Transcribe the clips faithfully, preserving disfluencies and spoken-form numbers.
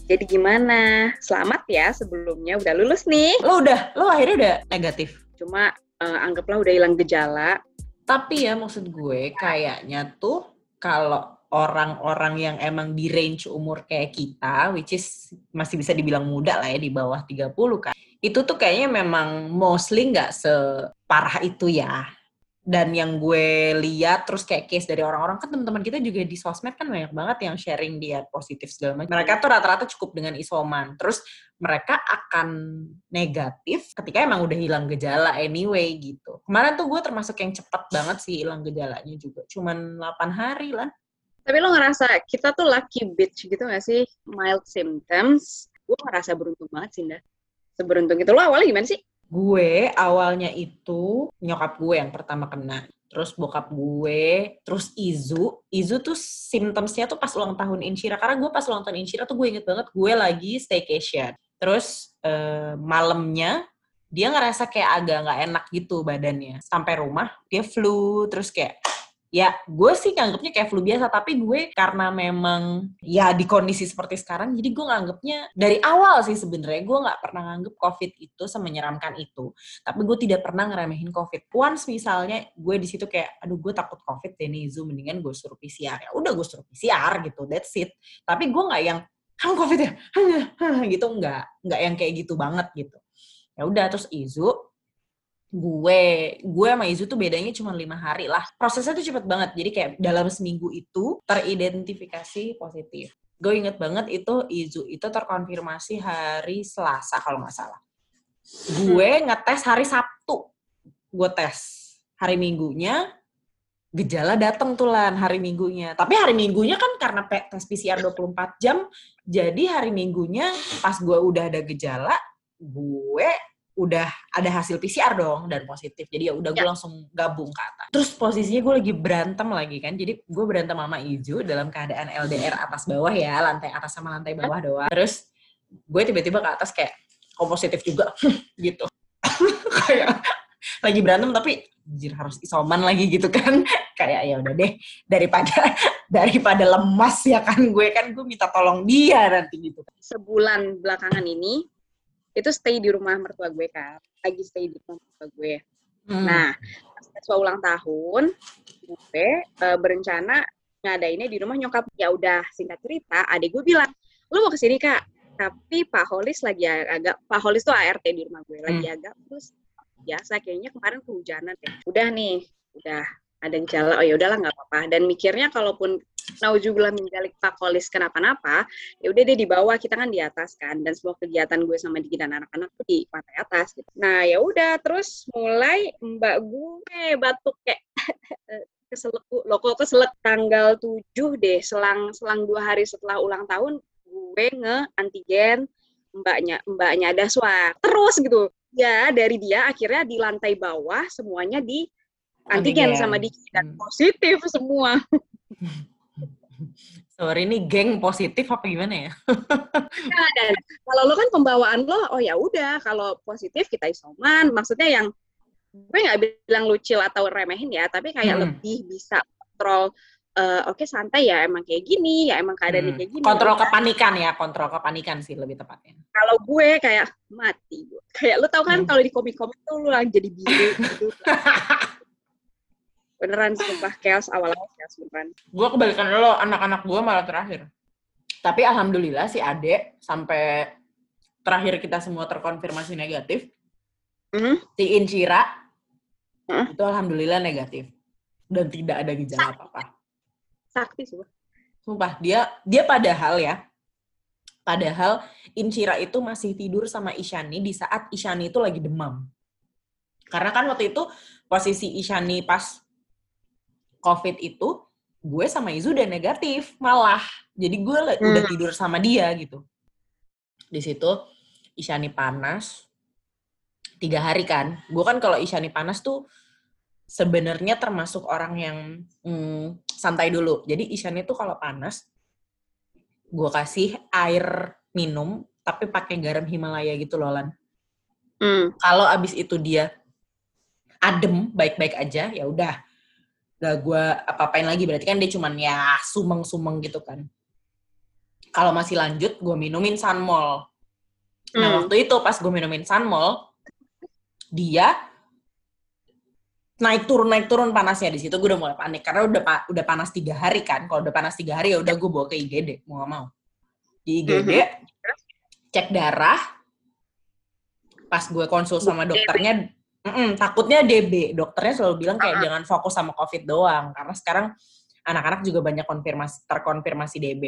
Jadi gimana? Selamat ya sebelumnya, udah lulus nih. Lo udah, lo akhirnya udah negatif. Cuma uh, anggaplah udah hilang gejala. Tapi ya maksud gue kayaknya tuh kalau orang-orang yang emang di range umur kayak kita, which is masih bisa dibilang muda lah ya, di bawah tiga puluh kan. Itu tuh kayaknya memang mostly nggak separah itu ya. Dan yang gue lihat terus kayak case dari orang-orang, kan teman-teman kita juga di sosmed kan banyak banget yang sharing dia positif segala macam. Mereka tuh rata-rata cukup dengan isoman. Terus mereka akan negatif ketika emang udah hilang gejala anyway gitu. Kemarin tuh gue termasuk yang cepet banget sih hilang gejalanya juga. Cuman delapan hari lah. Tapi lo ngerasa kita tuh lucky bitch gitu gak sih? Mild symptoms. Gue ngerasa beruntung banget sih, Nda. Seberuntung itu. Lo awalnya gimana sih? Gue awalnya itu nyokap gue yang pertama kena. Terus bokap gue, terus Izu. Izu tuh symptomsnya tuh pas ulang tahun Inshira. Karena gue pas ulang tahun Inshira tuh gue inget banget gue lagi staycation. Terus eh, malamnya dia ngerasa kayak agak gak enak gitu badannya. Sampai rumah dia flu, terus kayak ya gue sih nganggepnya kayak flu biasa, tapi gue karena memang ya di kondisi seperti sekarang, jadi gue nganggepnya dari awal sih sebenarnya gue nggak pernah nganggep COVID itu semenyeramkan itu, tapi gue tidak pernah ngeremehin COVID. Once misalnya gue di situ kayak, aduh gue takut COVID deh nih Zoom, mendingan gue suruh P C R, ya udah gue suruh P C R gitu, that's it. Tapi gue nggak yang kamu COVID ya, gitu nggak, nggak yang kayak gitu banget gitu. Ya udah terus Izu. gue gue sama Izu tuh bedanya cuma lima hari lah. Prosesnya tuh cepet banget, jadi kayak dalam seminggu itu teridentifikasi positif. Gue inget banget itu Izu itu terkonfirmasi hari Selasa kalau nggak salah. Gue ngetes hari Sabtu, gue tes hari Minggunya gejala dateng tuh Lan hari Minggunya. Tapi hari Minggunya kan karena tes P C R dua puluh empat jam, jadi hari Minggunya pas gue udah ada gejala, gue udah ada hasil P C R dong dan positif. Jadi ya udah gue ya. langsung gabung ke atas. Terus posisinya gue lagi berantem lagi kan. Jadi gue berantem sama Izu dalam keadaan L D R atas bawah ya, lantai atas sama lantai bawah doang. Terus gue tiba-tiba ke atas kayak kok positif juga gitu. Kayak lagi berantem tapi anjir harus isoman lagi gitu kan. Kayak ya udah deh, daripada daripada lemas ya kan, gue kan gue minta tolong dia nanti gitu. Sebulan belakangan ini itu stay di rumah mertua gue kan, lagi stay di rumah mertua gue. Hmm. Nah, pas ulang tahun, gue uh, berencana ngadainnya di rumah nyokap. Ya udah, singkat cerita, adik gue bilang, lu mau kesini Kak, tapi Pak Holis lagi agak, Pak Holis tuh A R T di rumah gue, lagi hmm. agak terus biasa kayaknya kemarin kehujanan deh. Udah nih, udah ada gejala, oh ya udahlah nggak apa-apa. Dan mikirnya kalaupun nauzubillah min dzalik Pak Holis kenapa-napa, ya udah deh di bawah, kita kan di atas kan, dan semua kegiatan gue sama Diki dan anak-anak tuh di pantai atas gitu. Nah ya udah, terus mulai mbak gue batuk kayak keselek, loh kok keselek tanggal tujuh deh, selang selang dua hari setelah ulang tahun gue nge antigen, mbaknya mbaknya ada swab terus gitu ya. Dari dia akhirnya di lantai bawah semuanya di antigen, antigen. Sama Diki dan hmm. positif semua. Sorry, ini geng positif apa gimana ya? Nah, dan kalau lo kan pembawaan lo, oh ya udah, kalau positif kita isoman. Maksudnya yang gue nggak bilang lucil atau remehin ya, tapi kayak hmm. lebih bisa kontrol. Uh, Oke okay, santai ya, emang kayak gini, ya emang keadaannya hmm. kayak gini. Kontrol ya, kepanikan ya, kontrol kepanikan sih lebih tepatnya. Kalau gue kayak mati, gue. Kayak lo tau kan hmm. kalau di komik-komik tuh lo lagi jadi biru gitu. Beneran sumpah chaos awal-awal chaos beneran. Gue kebalikan lo, anak-anak gue malah terakhir. Tapi alhamdulillah si Ade sampai terakhir kita semua terkonfirmasi negatif. Mm-hmm. Si Inshira mm-hmm. itu alhamdulillah negatif dan tidak ada gejala apa-apa. Sakti sumpah. Sumpah dia dia padahal ya. Padahal Inshira itu masih tidur sama Isyani di saat Isyani itu lagi demam. Karena kan waktu itu posisi Isyani pas COVID itu, gue sama Izu udah negatif malah. Jadi gue hmm. udah tidur sama dia gitu. Di situ Isyani panas tiga hari kan. Gue kan kalau Isyani panas tuh sebenarnya termasuk orang yang hmm, santai dulu. Jadi Isyani tuh kalau panas, gue kasih air minum tapi pakai garam Himalaya gitu loh Lan. Hmm. Kalau abis itu dia adem baik-baik aja, ya udah. Gak gue apa-apain lagi, berarti kan dia cuman ya sumeng-sumeng gitu kan. Kalau masih lanjut, gue minumin Sunmol. Hmm. Nah, waktu itu pas gue minumin Sunmol, dia naik turun naik turun panasnya. Di situ gue udah mulai panik karena udah udah panas tiga hari kan. Kalau udah panas tiga hari ya udah gue bawa ke I G D, mau gak mau. Di I G D mm-hmm. cek darah. Pas gue konsul sama dokternya, takutnya D B. Dokternya selalu bilang kayak uh-huh. jangan fokus sama COVID doang karena sekarang anak-anak juga banyak konfirmasi terkonfirmasi D B.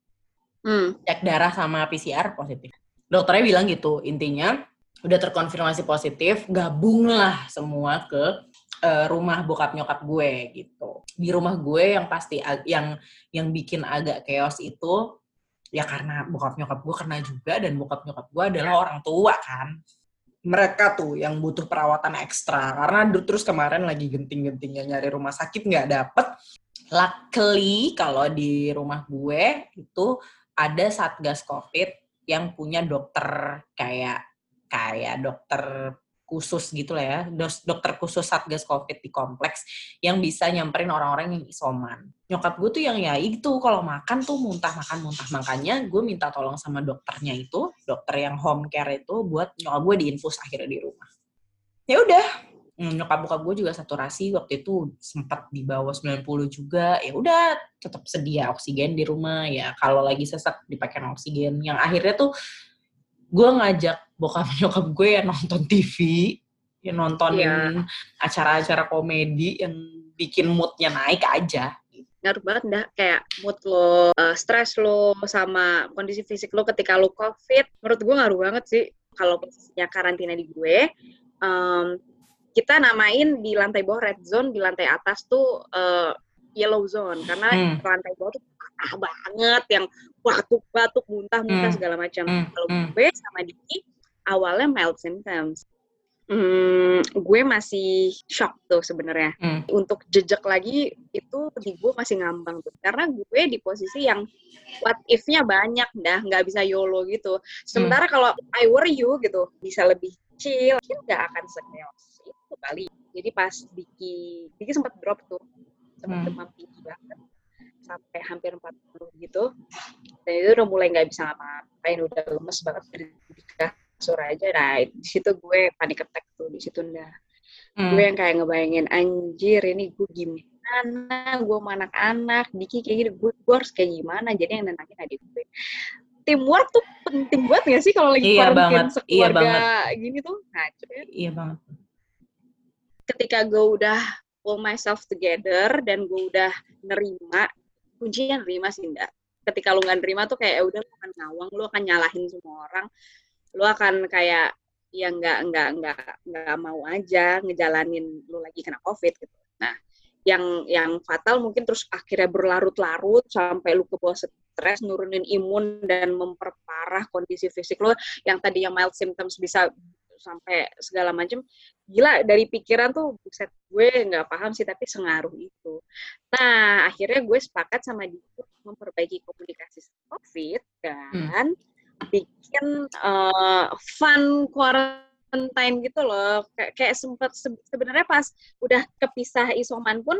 Hmm. Cek darah sama P C R positif. Dokternya bilang gitu, intinya udah terkonfirmasi positif, gabunglah semua ke uh, rumah bokap nyokap gue gitu. Di rumah gue yang pasti yang yang bikin agak chaos itu ya karena bokap nyokap gue kena juga, dan bokap nyokap gue adalah orang tua kan. Mereka tuh yang butuh perawatan ekstra karena terus kemarin lagi genting-gentingnya nyari rumah sakit nggak dapet. Luckily kalau di rumah gue itu ada satgas COVID yang punya dokter kayak kayak dokter khusus gitu lah ya, dokter khusus satgas COVID di kompleks yang bisa nyamperin orang-orang yang isoman. Nyokap gue tuh yang ya itu kalau makan tuh muntah makan muntah, makanya gue minta tolong sama dokternya itu, dokter yang home care itu buat nyokap gue diinfus akhirnya di rumah. Ya udah, nyokap bokap gue juga saturasi waktu itu sempat di bawah sembilan puluh juga. Ya udah tetap sedia oksigen di rumah ya, kalau lagi sesak dipakai oksigen. Yang akhirnya tuh gue ngajak bokap nyokap gue ya nonton T V, ya nontonin yeah. acara-acara komedi yang bikin moodnya naik aja. Ngaruh banget dah, kayak mood lo, uh, stres lo, sama kondisi fisik lo ketika lo COVID. Menurut gue ngaruh banget sih. Kalau posisinya karantina di gue, um, kita namain di lantai bawah red zone, di lantai atas tuh uh, yellow zone. Karena hmm. lantai bawah tuh parah banget, yang batuk-batuk, muntah-muntah hmm. segala macam. Hmm. Kalau gue sama Diki, awalnya mild symptoms. Hmm, gue masih shock tuh sebenarnya. Hmm. Untuk jejak lagi itu di gue masih ngambang tuh. Karena gue di posisi yang what if-nya banyak dah, nggak bisa YOLO gitu. Sementara hmm. kalau I were you gitu, bisa lebih chill, mungkin nggak akan se-chaos itu kali. Jadi pas Diki, Diki sempat drop tuh, sempat hmm. demam tinggi banget, sampai hampir empat puluh gitu. Dan itu udah mulai nggak bisa ngapa-ngapain, udah lemes banget dari kasur aja. Nah, di situ gue panik attack tuh, di situ udah. Hmm. Gue yang kayak ngebayangin, anjir ini gue gimana, gue sama anak-anak, Diki kayak gini, gue, gue harus kayak gimana. Jadi yang nenangin adik gue. Teamwork tuh penting banget gak sih kalau lagi iya quarantine sekeluarga iya gini tuh? Nah, cuman, iya banget. Ketika gue udah pull myself together dan gue udah nerima, kuncinya nerima sih enggak. Ketika lu nggak nerima tuh kayak udah lu akan ngawang, lu akan nyalahin semua orang, lu akan kayak ya nggak nggak nggak nggak mau aja ngejalanin lu lagi kena COVID gitu. Nah, yang yang fatal mungkin terus akhirnya berlarut-larut sampai lu ke bawah stres, nurunin imun dan memperparah kondisi fisik lu yang tadi yang mild symptoms bisa sampai segala macam. Gila, dari pikiran tuh buset, gue nggak paham sih, tapi sengaruh itu. Nah, akhirnya gue sepakat sama dia memperbaiki komunikasi COVID dan hmm. bikin uh, fun quarantine gitu loh. Kayak, kayak sempat se- sebenarnya pas udah kepisah isoman pun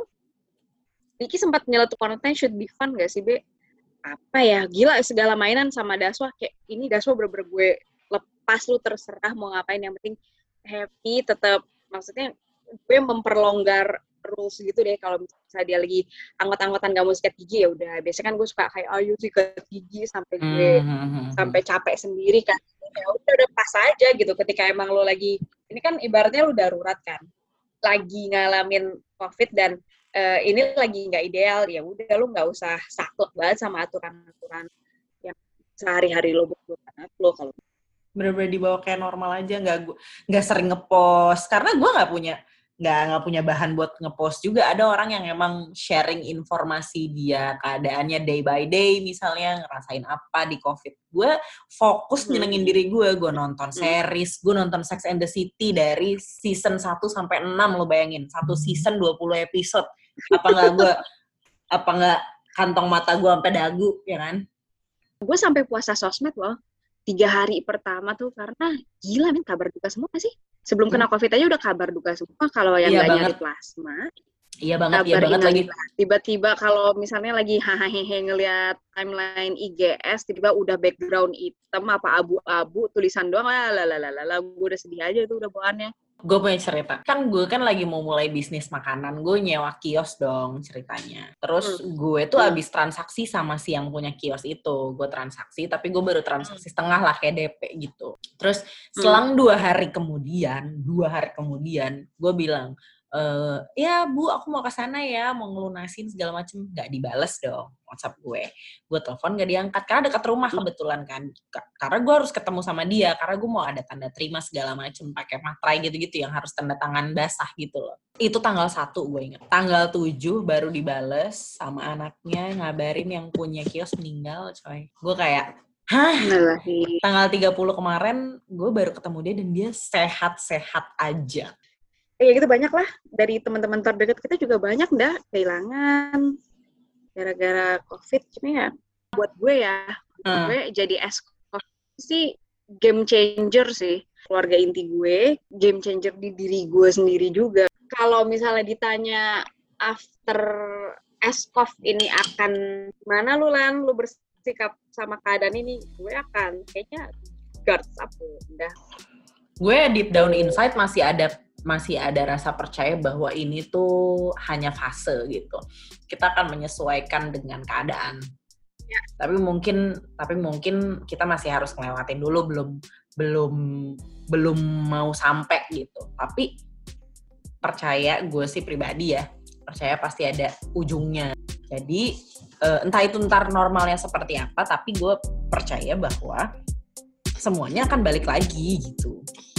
Diki sempat nyeletuk quarantine should be fun gak sih, Be? Apa ya, gila segala mainan sama Daswa, kayak ini Daswa bener-bener gue lepas, lu terserah mau ngapain, yang penting happy, tetap maksudnya gue memperlonggar rules gitu deh. Kalau misalnya dia lagi anggot-anggotan gak mau sikat gigi, ya udah biasanya kan gue suka kayak ayo sikat gigi sampai gue mm-hmm. sampai capek sendiri kan. Ya udah udah pas aja gitu ketika emang lo lagi, ini kan ibaratnya lu darurat kan, lagi ngalamin COVID dan uh, ini lagi nggak ideal, ya udah lu nggak usah saklek banget sama aturan-aturan yang sehari-hari lo buat anak lo. Kalau bener-bener dibawa kayak normal aja, nggak nggak sering ngepost karena gue nggak punya nggak nggak punya bahan buat ngepost juga. Ada orang yang emang sharing informasi dia keadaannya day by day, misalnya ngerasain apa di COVID. Gue fokus nyenengin diri gue, gue nonton series, gue nonton Sex and the City dari season satu sampai enam, lo bayangin satu season dua puluh episode. Apa nggak gue apa nggak kantong mata gue sampai dagu, ya kan? Gue sampai puasa sosmed loh. Tiga hari pertama tuh karena gila men, kabar duka semua gak sih? Sebelum kena COVID aja udah kabar duka semua. Kalau yang iya, gak banget. Nyari plasma, Iya banget, iya banget lagi. Tiba-tiba kalau misalnya lagi hahaha ngelihat timeline I G S, tiba-tiba udah background hitam apa abu-abu, tulisan doang, lah lah lah lah lah, gue udah sedih aja tuh udah bawaannya. Gue punya cerita. Kan gue kan lagi mau mulai bisnis makanan, gue nyewa kios dong ceritanya. Terus hmm. gue tuh hmm. abis transaksi sama si yang punya kios itu. Gue transaksi, tapi gue baru transaksi hmm. setengah lah kayak D P gitu. Terus selang hmm. dua hari kemudian, dua hari kemudian, gue bilang, Uh, ya Bu, aku mau ke sana ya, mau ngelunasin segala macem. Gak dibales dong WhatsApp gue. Gue telepon gak diangkat, karena dekat rumah kebetulan kan. Karena gue harus ketemu sama dia, karena gue mau ada tanda terima segala macem, pakai materai gitu-gitu yang harus tanda tangan basah gitu loh. Itu tanggal satu gue inget. Tanggal tujuh baru dibales sama anaknya, ngabarin yang punya kios meninggal, coy. Gue kayak, hah? Tanggal tiga puluh kemarin gue baru ketemu dia dan dia sehat-sehat aja. Ya gitu banyak lah, dari teman-teman terdekat kita juga banyak dah kehilangan gara-gara COVID. Cuma ya buat gue ya, hmm. gue jadi eskort sih game changer sih. Keluarga inti gue, game changer di diri gue sendiri juga. Kalau misalnya ditanya after eskort ini akan gimana lu Lan, lu bersikap sama keadaan ini, gue akan kayaknya guards up udah. Gue deep down inside masih ada masih ada rasa percaya bahwa ini tuh hanya fase gitu. Kita akan menyesuaikan dengan keadaan. Ya. Tapi mungkin tapi mungkin kita masih harus ngelewatin dulu, belum belum belum mau sampai gitu. Tapi percaya, gue sih pribadi ya, percaya pasti ada ujungnya. Jadi entah itu ntar normalnya seperti apa, tapi gue percaya bahwa semuanya akan balik lagi gitu.